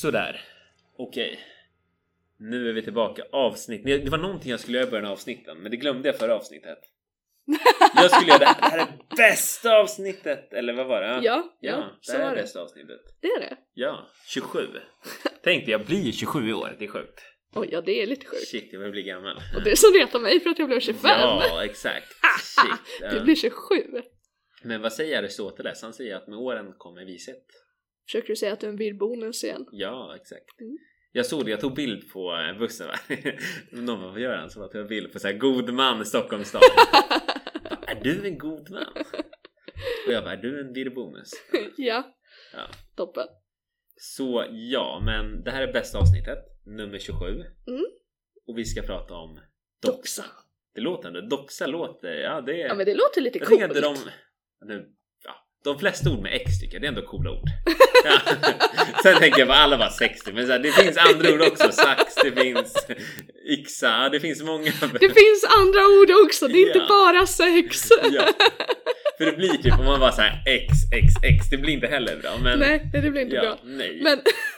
Sådär. Okej. Nu är vi tillbaka. Avsnitt. Det var någonting jag skulle göra i början av avsnitten, men det glömde jag förra avsnittet. Jag skulle göra det här är bästa avsnittet. Eller vad var det? Ja, det här är bästa avsnittet. Det är det? Ja, 27. Tänkte jag blir 27 i år, det är sjukt. Oj, ja, det är lite sjukt. Shit, jag vill bli gammal. Och det är som retar mig för att jag blev 25. Ja, exakt. Shit, ja. Du blir 27. Men vad säger Aristoteles? Han säger att med åren kommer vishet. Försöker du säga att du är en bildbonus igen? Ja, exakt. Jag såg det, jag tog bild på bussen. Någon var, vad gör han? Så jag tog bild på så här, god man i Stockholms stad. Är du en god man? Och jag bara, är du en bildbonus? Ja, toppen. Så ja, men det här är bästa avsnittet, nummer 27. Och vi ska prata om doxa. Det låter ändå, doxa låter, ja det är... Ja, men det låter lite jag coolt. De flesta ord med X tycker jag, det är ändå coola ord. Ja. Sen tänker jag på alla var 60, men så här, det finns andra ord också. Sax, det finns yxa, det finns många. Det finns andra ord också, det är inte bara sex. Ja. För det blir typ om man bara så här X, det blir inte heller bra. Men, nej, det blir inte bra. Nej. Men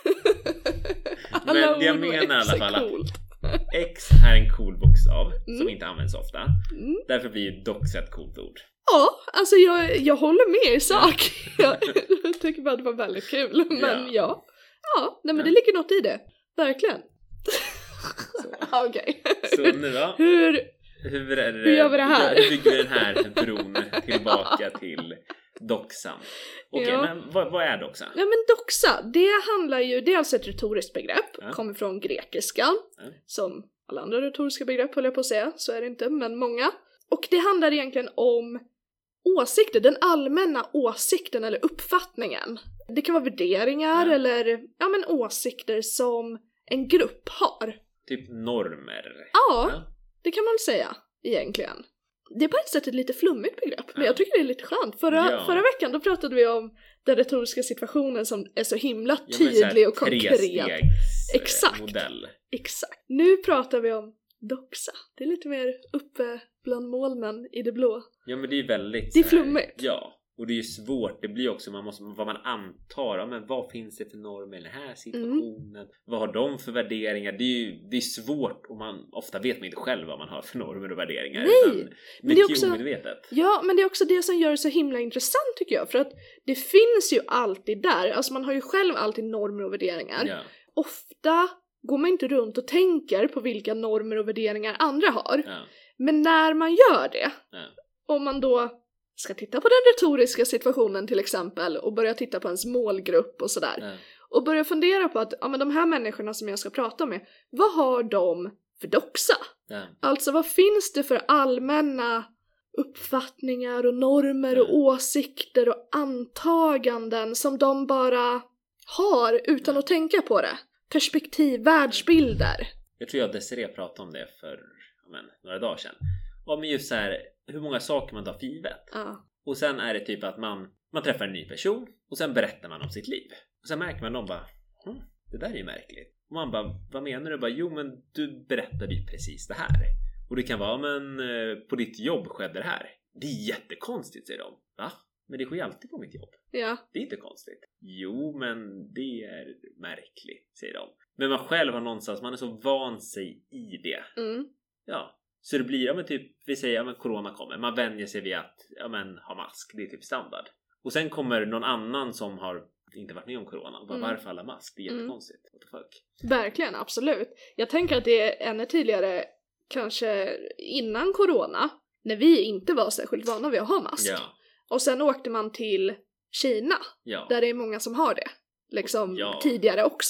men jag menar i alla fall att X är en cool bokstav som inte används ofta. Därför blir doxa ett coolt ord. Ja, alltså jag håller med i sak. Jag tycker bara det var väldigt kul. Men nej, men det ligger något i det. Verkligen. Okej. Så nu då? Hur gör vi det här? Hur bygger vi den här bron tillbaka till doxan? Okej, men vad är doxa? Ja, men doxa, det är alltså ett retoriskt begrepp. Kommer från grekiskan. Som alla andra retoriska begrepp höll jag på att säga. Så är det inte, men många. Och det handlar egentligen om åsikter, den allmänna åsikten eller uppfattningen. Det kan vara värderingar eller åsikter som en grupp har. Typ normer. Ja, det kan man säga egentligen. Det är på ett sätt ett lite flummigt begrepp, men jag tycker det är lite skönt. Förra veckan då pratade vi om den retoriska situationen som är så himla tydlig och konkret. Exakt. Modell. Exakt. Nu pratar vi om doxa. Det är lite mer uppe bland molnen i det blå. Ja, men det är väldigt... Det är flummigt. Ja, och det är ju svårt. Det blir också, vad man antar. Ja, men vad finns det för normer i den här situationen? Vad har de för värderingar? Det är svårt och ofta vet man inte själv vad man har för normer och värderingar. Nej, men det är också omedvetet. Ja, men det är också det som gör det så himla intressant tycker jag. För att det finns ju alltid där. Alltså man har ju själv alltid normer och värderingar. Ja. Ofta går man inte runt och tänker på vilka normer och värderingar andra har. Ja. Men när man gör det, om man då ska titta på den retoriska situationen till exempel och börja titta på ens målgrupp och sådär. Och börja fundera på att men de här människorna som jag ska prata med, vad har de för doxa? Alltså vad finns det för allmänna uppfattningar och normer och åsikter och antaganden som de bara har utan att tänka på det? Perspektiv, världsbilder. Jag tror jag och Desiree pratade om det för några dagar sedan. Och men just så här, hur många saker man tar för givet. Och sen är det typ att man träffar en ny person och sen berättar man om sitt liv. Och sen märker man dem bara, det där är ju märkligt. Och man bara, vad menar du? Bara, jo men du berättade ju precis det här. Och det kan vara, men på ditt jobb skedde det här. Det är jättekonstigt, säger de. Va? Men det sker ju alltid på mitt jobb. Ja. Det är inte konstigt. Jo, men det är märkligt, säger de. Men man själv har någonstans, man är så van sig i det. Ja. Så det blir, men typ, vi säger, men corona kommer. Man vänjer sig vid att, ha mask. Det är typ standard. Och sen kommer någon annan som har inte varit med om corona. Bara, varför alla mask? Det är jättekonstigt. What the fuck? Verkligen, absolut. Jag tänker att det är ännu tydligare kanske innan corona. När vi inte var särskilt vana vid att ha mask. Ja. Och sen åkte man till Kina. Ja. Där det är många som har det. Liksom tidigare också.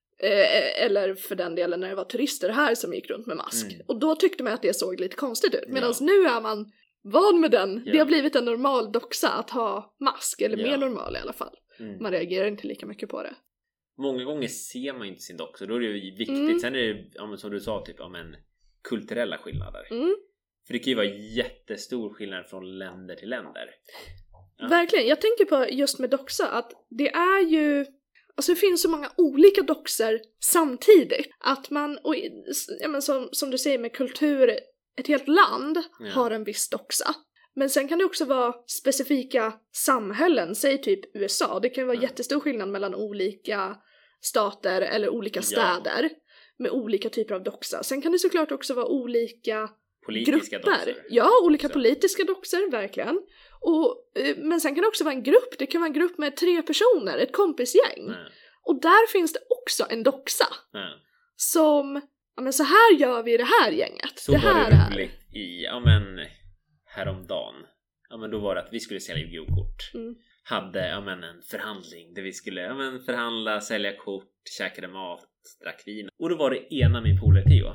Eller för den delen när det var turister här som gick runt med mask. Och då tyckte man att det såg lite konstigt ut. Medan nu är man van med den. Det har blivit en normal doxa att ha mask. Eller mer normal i alla fall. Man reagerar inte lika mycket på det. Många gånger ser man inte sin doxa. Då är det ju viktigt. Sen är det, som du sa, typ kulturella skillnader. För det kan ju vara jättestor skillnad från länder till länder. Ja. Verkligen, jag tänker på just med doxa att det är ju, alltså det finns så många olika doxor samtidigt. Att man, och, som du säger med kultur, ett helt land har en viss doxa. Men sen kan det också vara specifika samhällen, säg typ USA. Det kan vara jättestor skillnad mellan olika stater eller olika städer med olika typer av doxa. Sen kan det såklart också vara olika politiska grupper. Doxor. Ja, olika politiska doxor, verkligen. Men sen kan det också vara en grupp. Det kan vara en grupp med 3 personer, ett kompisgäng. Och där finns det också en doxa. Som, ja men så här gör vi i det här gänget. Så det var här det roligt i, häromdagen. Ja men då var det att vi skulle sälja Yu-Gi-Oh-kort. Hade en förhandling där vi skulle förhandla, sälja kort, käkade mat, drack vin. Och då var det ena min polare Theo.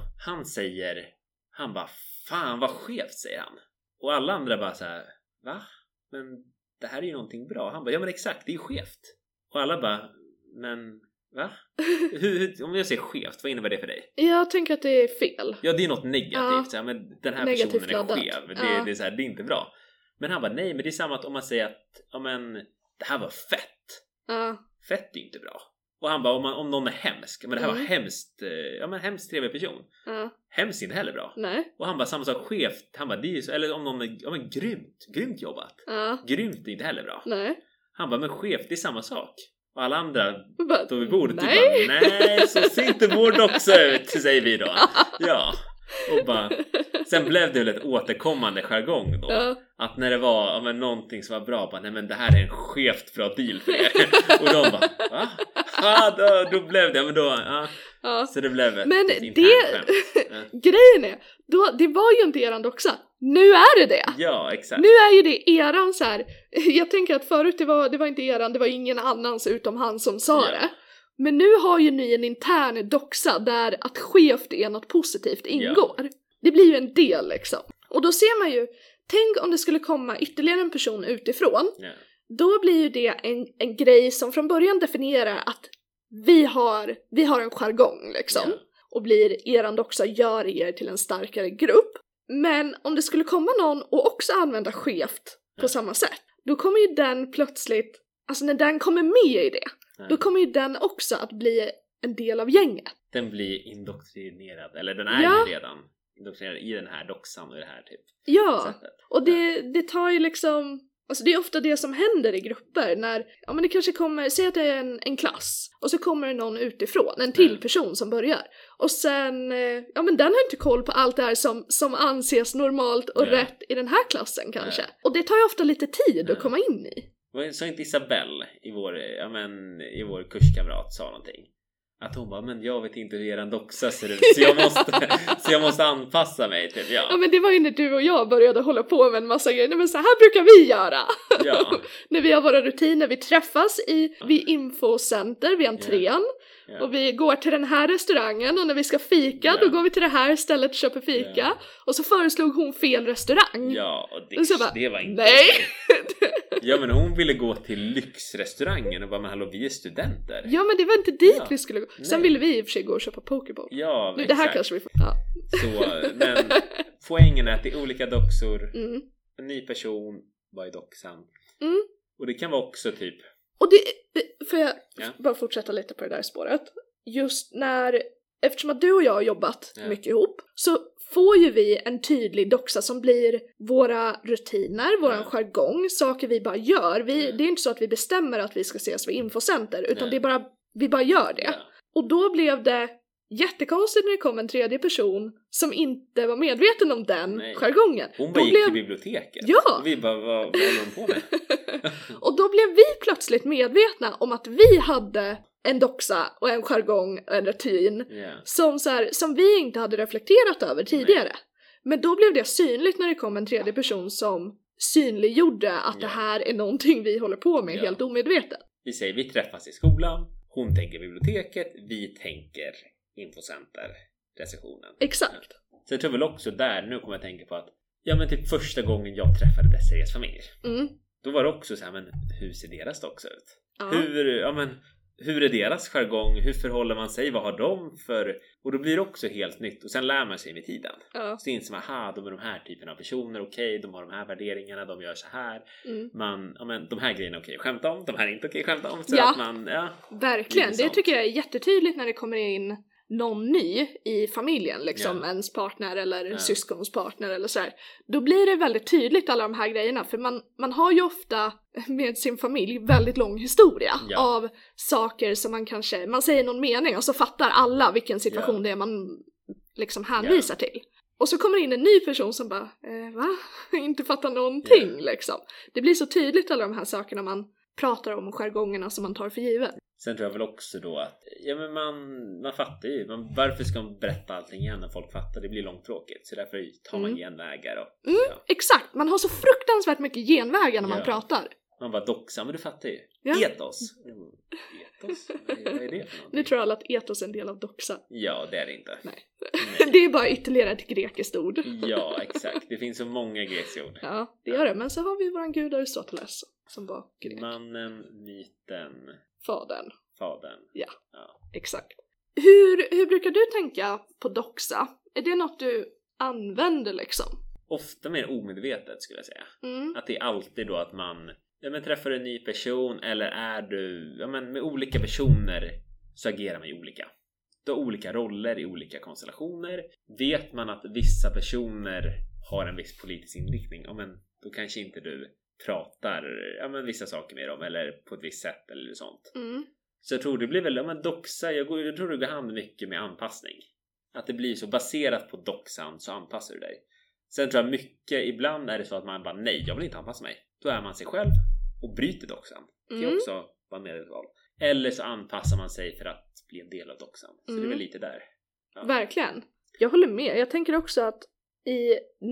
Han bara, fan vad skevt, säger han. Och alla andra bara så här, va? Men det här är ju någonting bra. Han bara, ja men exakt, det är ju skevt. Och alla bara, men va? Om jag säger skevt, vad innebär det för dig? Jag tänker att det är fel. Ja, det är något negativt. Så här, men den här negativt personen är skev. Det är så här, det är inte bra. Men han bara, nej, men det är samma att om man säger att det här var fett. Fett är inte bra. Och han bara, om någon är hemsk, men det här var hemskt, hemskt trevlig person. Hemskt är inte heller bra. Nej. Och han bara, samma sak, skevt. Han bara, det är ju så, eller om någon är, grymt jobbat. Grymt är inte heller bra. Nej. Han bara, men skevt, det är samma sak. Och alla andra då vid bordet typ bara, nej, så ser inte vår doxa ut, säger vi då. Ja. Och bara, sen blev det väl ett återkommande jargong då. Att när det var någonting som var bra, bara, nej men det här är en skevt bra deal för er. Och de bara, va? Då blev det, men då, så det blev ett grejen är, det var ju inte eran doxa. Nu är det. Ja, exakt. Nu är ju det eran så här. Jag tänker att förut det var inte eran, det var ingen annans utom han som sa det. Men nu har ju ni en intern doxa där att skevt är något positivt ingår. Det blir ju en del liksom. Och då ser man ju, tänk om det skulle komma ytterligare en person utifrån. Då blir ju det en grej som från början definierar att vi har en jargong liksom. Och blir eran doxa gör er till en starkare grupp. Men om det skulle komma någon och också använda skevt på samma sätt, då kommer ju den plötsligt, alltså när den kommer med i det, då kommer ju den också att bli en del av gänget. Den blir indoktrinerad, eller den är ju redan indoktrinerad i den här doxan och i det här sättet. Och det tar ju liksom, alltså det är ofta det som händer i grupper när, men det kanske kommer, säg att det är en klass och så kommer det någon utifrån, en till person som börjar. Och sen, men den har inte koll på allt det här som anses normalt och rätt i den här klassen kanske. Och det tar ju ofta lite tid att komma in i. Så inte Isabelle i vår kurskamrat sa någonting. Att hon bara, men jag vet inte hur eran doxa ser ut, så jag måste anpassa mig till. Ja, men det var ju när du och jag började hålla på med en massa grejer. Men så här brukar vi göra. När vi har våra rutiner, vi träffas vid infocenter, vid entrén. Och vi går till den här restaurangen och när vi ska fika då går vi till det här stället och köper fika. Och så föreslog hon fel restaurang. Ja, och det var inte nej. Ja, men hon ville gå till lyxrestaurangen och bara, men hallå, vi är studenter. Ja, men det var inte dit vi skulle gå. Sen ville vi i och för sig gå och köpa Pokéball. Ja, nu, det här kanske vi får. Så, men poängen är att det är olika doxor. En ny person var i doxan. Och det kan vara också typ. Och det, får jag bara fortsätta lite på det där spåret. Just eftersom att du och jag har jobbat mycket ihop, så får ju vi en tydlig doxa som blir våra rutiner, våran jargong, saker vi bara gör. Det är inte så att vi bestämmer att vi ska ses vid infocenter, utan det är bara, vi bara gör det. Och då blev det jättekonstigt när det kom en tredje person som inte var medveten om den jargongen. Hon bara gick till biblioteket. Ja! Och vi bara, vad håller hon på med? Och då blev vi plötsligt medvetna om att vi hade en doxa och en jargong och en rutin som vi inte hade reflekterat över tidigare. Men då blev det synligt när det kom en tredje person som synliggjorde att det här är någonting vi håller på med helt omedvetet. Vi säger, vi träffas i skolan, hon tänker biblioteket, vi tänker infocenter, recensionen. Exakt. Så jag tror väl också där, nu kommer jag tänka på att men typ första gången jag träffade Desirees familj, då var det också så här, men hur ser deras doxa ut? Hur är deras jargong? Hur förhåller man sig? Vad har de för? Och då blir det också helt nytt. Och sen lär man sig med tiden. Så inser man, de är de här typen av personer. Okej, de har de här värderingarna. De gör så här. De här grejerna är okej att skämta om. De här är inte okej att skämta om. Så att man, verkligen. Det tycker jag är jättetydligt när det kommer in någon ny i familjen, liksom ens partner eller syskons partner eller så här, då blir det väldigt tydligt alla de här grejerna, för man har ju ofta med sin familj väldigt lång historia av saker som man säger någon mening och så fattar alla vilken situation det är man liksom hänvisar till. Och så kommer in en ny person som bara, va? Inte fattar någonting liksom. Det blir så tydligt alla de här sakerna man pratar om och jargongerna som man tar för givet. Sen tror jag väl också då att men man fattar ju. Varför ska man berätta allting igen när folk fattar? Det blir långtråkigt. Så därför tar man genvägar. Och, exakt, man har så fruktansvärt mycket genvägar när man pratar. Man bara doxa, men du fattar ju. Etos. Etos? Vad är det för någonting? Nu tror alla att etos är en del av doxa. Ja, det är det inte. Nej. Det är bara ytterligare ett grekiskt ord. Ja, exakt. Det finns så många grekiska ord. Ja, det gör det. Men så har vi våran gud Aristoteles som var grek. Mannen, myten. Fadern. Ja, exakt. Hur brukar du tänka på doxa? Är det något du använder liksom? Ofta mer omedvetet skulle jag säga. Att det är alltid då att man träffar en ny person, eller är du med olika personer så agerar man ju olika. Du har olika roller i olika konstellationer. Vet man att vissa personer har en viss politisk inriktning, då kanske inte du pratar vissa saker med dem eller på ett visst sätt eller sånt. Så jag tror det blir väl doxa, jag tror det går hand mycket med anpassning. Att det blir så baserat på doxan så anpassar du dig. Sen tror jag mycket, ibland är det så att man bara nej, jag vill inte anpassa mig. Då är man sig själv och bryter doxan. Det är också vara medvetet val. Eller så anpassar man sig för att bli en del av doxan. Så det är väl lite där. Ja. Verkligen. Jag håller med. Jag tänker också att i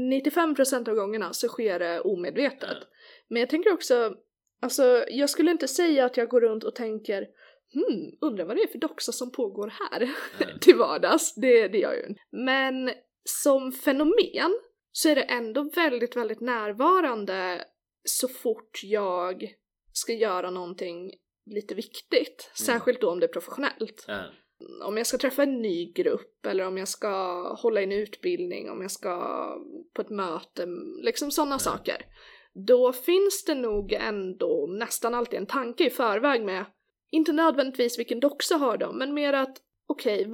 95% av gångerna så sker det omedvetet. Men jag tänker också, jag skulle inte säga att jag går runt och tänker undrar vad det är för doxa som pågår här till vardags. Det gör jag ju inte. Men som fenomen så är det ändå väldigt, väldigt närvarande så fort jag ska göra någonting lite viktigt. Särskilt då om det är professionellt. Om jag ska träffa en ny grupp, eller om jag ska hålla en utbildning, om jag ska på ett möte, liksom sådana saker. Då finns det nog ändå nästan alltid en tanke i förväg med, inte nödvändigtvis vilken doxa har de, men mer att okej,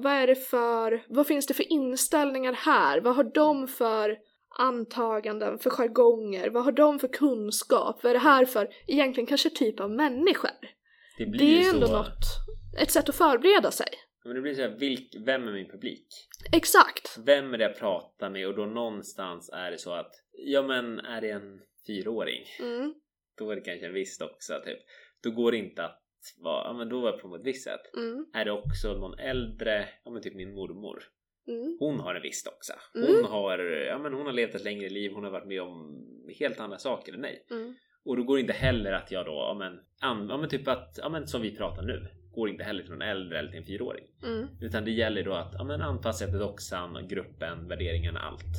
vad finns det för inställningar här? Vad har de för antaganden, för jargonger? Vad har de för kunskap? Vad är det här för egentligen kanske typ av människor? Det är ändå ett sätt att förbereda sig. Men det blir så här, vem är min publik? Exakt. Vem är det jag pratar med? Och då någonstans är det så att, är det en 4-åring? Då är det kanske en viss doxa typ. Då går det inte att då var jag på ett visst sätt. Är det också någon äldre, typ min mormor. Hon har en viss doxa. Hon har levt ett längre liv. Hon har varit med om helt andra saker än mig. Och då går det inte heller att jag då typ att som vi pratar nu, går inte heller till någon äldre eller till en 4-åring. Utan det gäller då att anpassa efter doxan, gruppen, värderingarna, allt.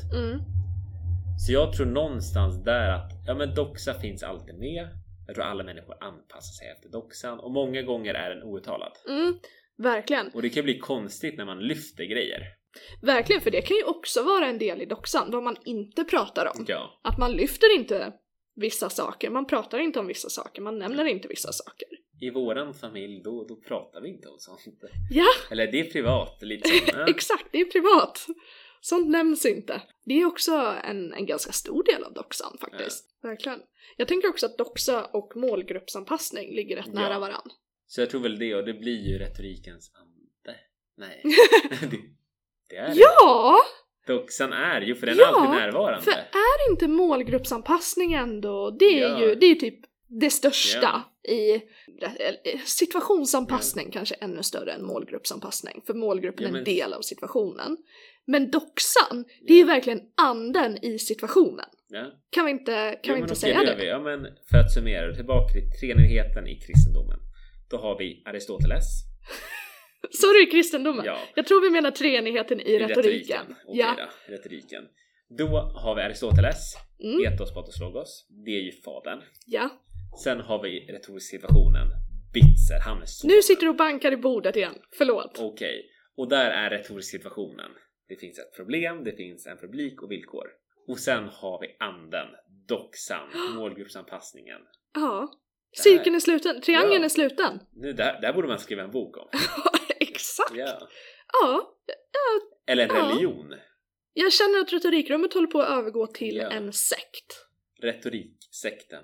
Så jag tror någonstans där att doxa finns alltid med. Jag tror alla människor anpassar sig efter doxan. Och många gånger är den outtalad. Verkligen. Och det kan bli konstigt när man lyfter grejer. Verkligen, för det kan ju också vara en del i doxan. Vad man inte pratar om. Ja. Att man lyfter inte vissa saker. Man pratar inte om vissa saker. Man nämner inte vissa saker. I våran familj då pratar vi inte om sånt. Ja. Eller det är privat. Lite Exakt, det är privat. Sånt nämns inte. Det är också en ganska stor del av doxan faktiskt. Verkligen. Jag tänker också att doxa och målgruppsanpassning ligger rätt nära varann. Så jag tror väl det, och det blir ju retorikens ande. Nej. det är det. Ja! Doxan är ju, för den är alltid närvarande. För är inte målgruppsanpassning ändå, det är ju typ det största i situationsanpassning, kanske ännu större än målgruppsanpassning. För målgruppen är en del av situationen. Men doxan, det är ju verkligen anden i situationen. Kan vi inte säga det? För att summera, tillbaka till treenigheten i kristendomen. Då har vi Aristoteles. Så är det kristendomen? Ja. Jag tror vi menar treenigheten i retoriken. Retoriken. Då har vi Aristoteles, etos, patos, logos. Det är ju fadern. Ja. Sen har vi retorisk situationen, Bitzer, han är så. Nu sitter du och bankar i bordet igen, förlåt. Okej. Och där är retorisk situationen. Det finns ett problem, det finns en publik och villkor. Och sen har vi anden, doxan, målgruppsanpassningen. Ja. Cirkeln är sluten, triangeln är sluten. Nu där borde man skriva en bok om. Exakt. Ja. Ja. Eller en religion. Jag känner att retorikrummet håller på att övergå till en sekt. Retoriksekten.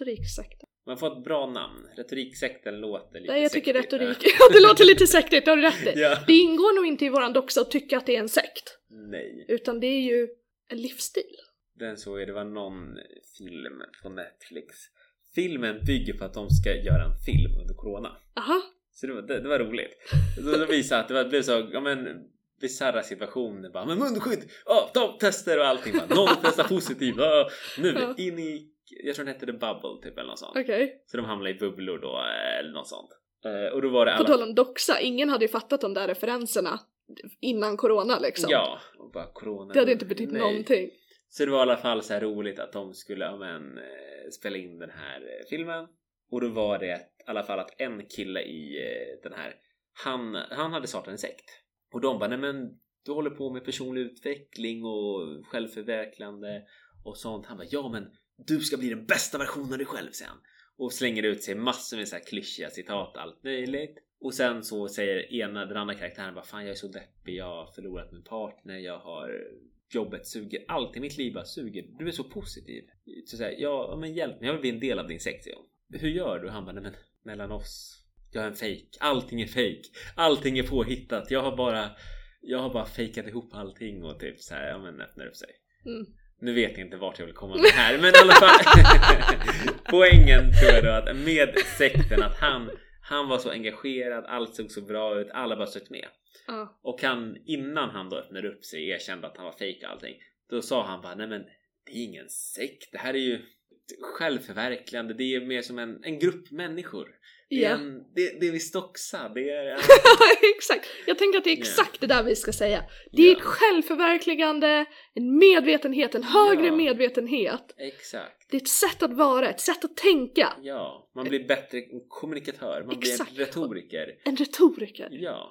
Man får ett bra namn. Retoriksekten låter lite. Nej, jag tycker retorik. Det låter lite sektigt, har du rätt i. Ja. Det ingår nog inte i våran doxa att tycka att det är en sekt. Nej. Utan det är ju en livsstil. Det var någon film på Netflix. Filmen bygger på att de ska göra en film under corona. Aha. Så det var roligt. Då visade att det blev så, bizarra situationer. Bara, men munskydd! Ta tester och allting. Någon testar positiv. Nu in i... Jag tror den hette The Bubble typ eller något sånt. Okay. Så de hamnade i bubblor då eller något sånt. Och då var det alla... På tal om doxa, ingen hade ju fattat de där referenserna innan corona liksom. Ja, och bara corona. Det hade inte betytt någonting. Så det var i alla fall så här roligt att de skulle spela in den här filmen. Och då var det i alla fall att en kille i den här, han hade startat en sekt. Och de bara, nej men du håller på med personlig utveckling och självförverkligande och sånt. Han bara, ja men du ska bli den bästa versionen av dig själv sen. Och slänger ut sig massor med så här klyschiga citat, allt möjligt. Och sen så säger den andra karaktären bara, fan jag är så deppig, jag har förlorat min partner, jag har jobbet suger, allt i mitt liv bara suger. Du är så positiv. Så säger ja men hjälp mig, jag vill bli en del av din sekt. Hur gör du? Han bara, nej men mellan oss, jag är en fake. Allting är fake. Allting är påhittat. Jag har bara fejkat ihop allting och typ så här, ja men öppnar upp sig. Nu vet jag inte vart jag vill komma med det här, men i alla fall poängen tror jag då att med sekten att han var så engagerad, allt såg så bra ut, alla bara sökt med. Och innan han då öppnade upp sig erkände att han var fake och allting, då sa han bara, nej men det är ingen sekt, det här är ju självförverkligande, det är mer som en grupp människor. Det är vi stoxa. Det är exakt. Jag tänker att det är exakt det där vi ska säga. Det är ett självförverkligande, en medvetenhet, en högre medvetenhet. Exakt. Det är ett sätt att vara, ett sätt att tänka. Ja, man blir bättre kommunikatör, man blir en retoriker. En retoriker. Ja.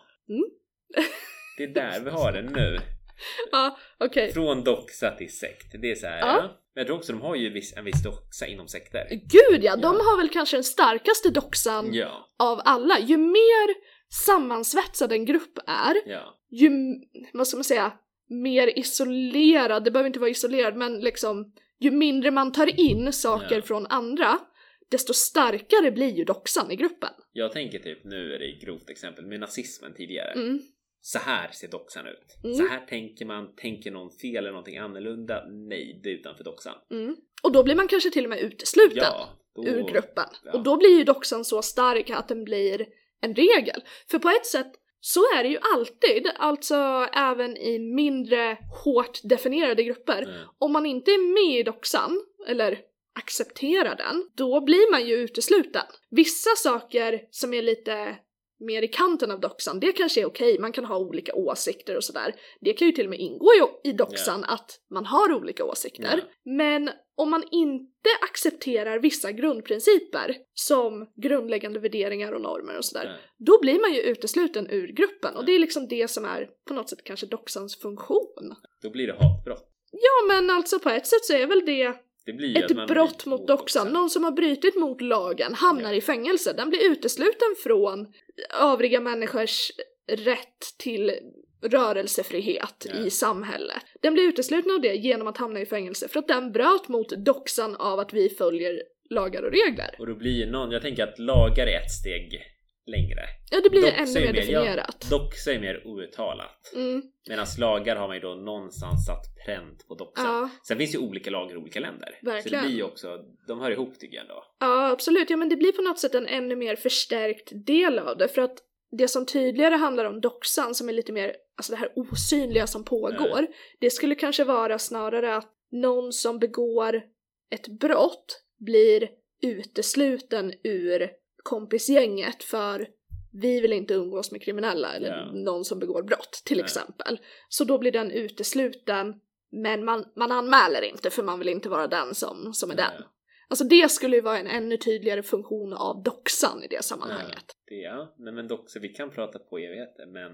Det är där vi har det nu. Ja, okej. Från doxa till sekt. Det är så här. Men jag tror också de har ju en viss doxa inom sekter. Gud ja, de har väl kanske den starkaste doxan av alla. Ju mer sammansvetsad en grupp är, ju, vad ska man säga, mer isolerad, det behöver inte vara isolerad, men liksom, ju mindre man tar in saker från andra, desto starkare blir ju doxan i gruppen. Jag tänker typ, nu är det ett grovt exempel med nazismen tidigare. Så här ser doxan ut. Så här tänker man. Tänker någon fel eller någonting annorlunda? Nej, det är utanför doxan. Och då blir man kanske till och med utesluten ur gruppen. Och då blir ju doxan så stark att den blir en regel. För på ett sätt så är det ju alltid, alltså även i mindre hårt definierade grupper. Om man inte är med i doxan, eller accepterar den, då blir man ju utesluten. Vissa saker som är lite mer i kanten av doxan, det kanske är okej. Man kan ha olika åsikter och sådär. Det kan ju till och med ingå i doxan att man har olika åsikter. Men om man inte accepterar vissa grundprinciper som grundläggande värderingar och normer och sådär, då blir man ju utesluten ur gruppen. Och det är liksom det som är på något sätt kanske doxans funktion. Då blir det hatbrott. Ja, men alltså på ett sätt så är väl det ett brott mot doxan. Någon som har brutit mot lagen hamnar i fängelse. Den blir utesluten från övriga människors rätt till rörelsefrihet i samhället. Den blir utesluten av det genom att hamna i fängelse för att den bröt mot doxan av att vi följer lagar och regler. Och då blir jag tänker att lagar är ett steg längre. Ja, det blir ännu mer definierat. Doxa är mer outtalat. Medan lagar har man ju då någonstans satt pränt på doxan. Sen finns ju olika lagar i olika länder. Verkligen. Så det blir ju också, de hör ihop tycker jag ändå. Ja, absolut. Ja, men det blir på något sätt en ännu mer förstärkt del av det. För att det som tydligare handlar om doxan, som är lite mer, alltså det här osynliga som pågår, det skulle kanske vara snarare att någon som begår ett brott blir utesluten ur kompisgänget för vi vill inte umgås med kriminella eller någon som begår brott till exempel. Så då blir den utesluten, men man anmäler inte för man vill inte vara den som är den. Alltså det skulle ju vara en ännu tydligare funktion av doxan i det sammanhanget. Nej men doxa, vi kan prata på evigheter, men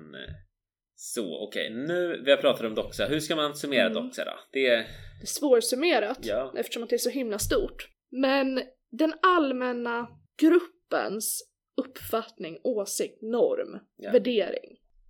så okej, nu vi har pratat om doxa. Hur ska man summera doxa då? Det är svårsummerat eftersom att det är så himla stort. Men den allmänna gruppens uppfattning, åsikt, norm, värdering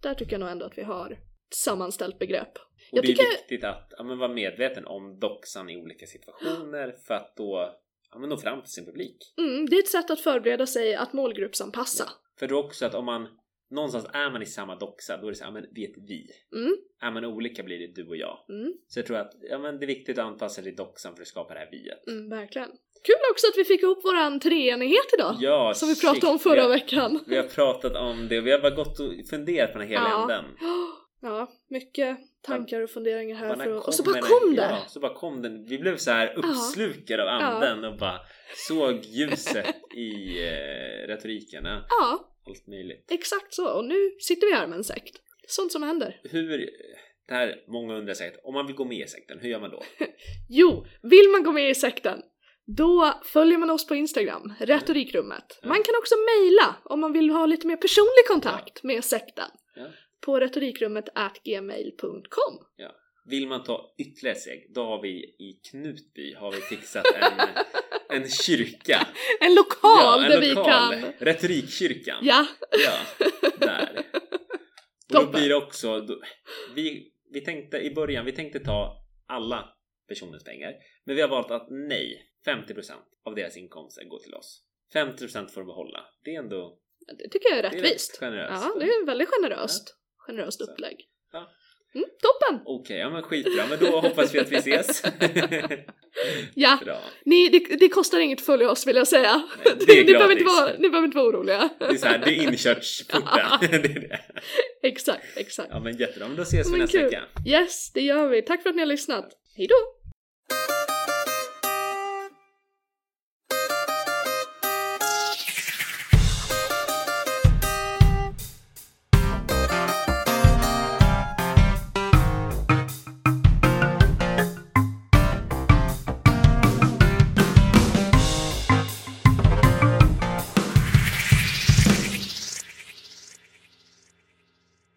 Där tycker jag nog ändå att vi har ett sammanställt begrepp. Och det är viktigt att vara medveten om doxan i olika situationer för att då nå fram till sin publik. Det är ett sätt att förbereda sig att målgruppsanpassa. Ja. För då också att om man någonstans är man i samma doxa, då är det så här, men vet vi. Är man olika blir det du och jag. Så jag tror att det är viktigt att anpassa dig doxan för att skapa det här viet. Verkligen. Kul också att vi fick ihop våran treenighet idag. Ja, som vi pratade om förra veckan. Vi har pratat om det och vi har bara gått och funderat på den här hela änden. Ja, mycket tankar och funderingar här. Och så bara kom det! Ja, så bara kom den. Vi blev så här uppslukade av anden och bara såg ljuset i retoriken. Ja. Allt möjligt. Exakt så. Och nu sitter vi här med en sekt. Sånt som händer. Det här, många undrar säkert, om man vill gå med i sekten, hur gör man då? Jo, vill man gå med i sekten, då följer man oss på Instagram, Retorikrummet. Man kan också mejla om man vill ha lite mer personlig kontakt med sekten. På retorikrummet@gmail.com. Ja. Vill man ta ytterligare steg, då har vi i Knutby fixat en kyrka. En lokal där vi kan... Retorikkyrkan. Ja. Där. Och då blir det också... Vi tänkte i början, vi tänkte ta alla personens pengar. Men vi har valt att 50% av deras inkomster går till oss. 50% får de behålla. Det är ändå... Det tycker jag är rättvist. Det är generöst. Ja, det är väldigt generöst. Generöst upplägg. Ja. Toppen! Okej, men skitbra. Men då hoppas vi att vi ses. Ja, det kostar inget att följa oss, vill jag säga. Nej, det är ni behöver inte vara oroliga. Det är så här, det är inkörsporten. Det är det. Exakt. Ja, men jättebra. Men då ses vi nästa vecka. Yes, det gör vi. Tack för att ni har lyssnat. Hej då!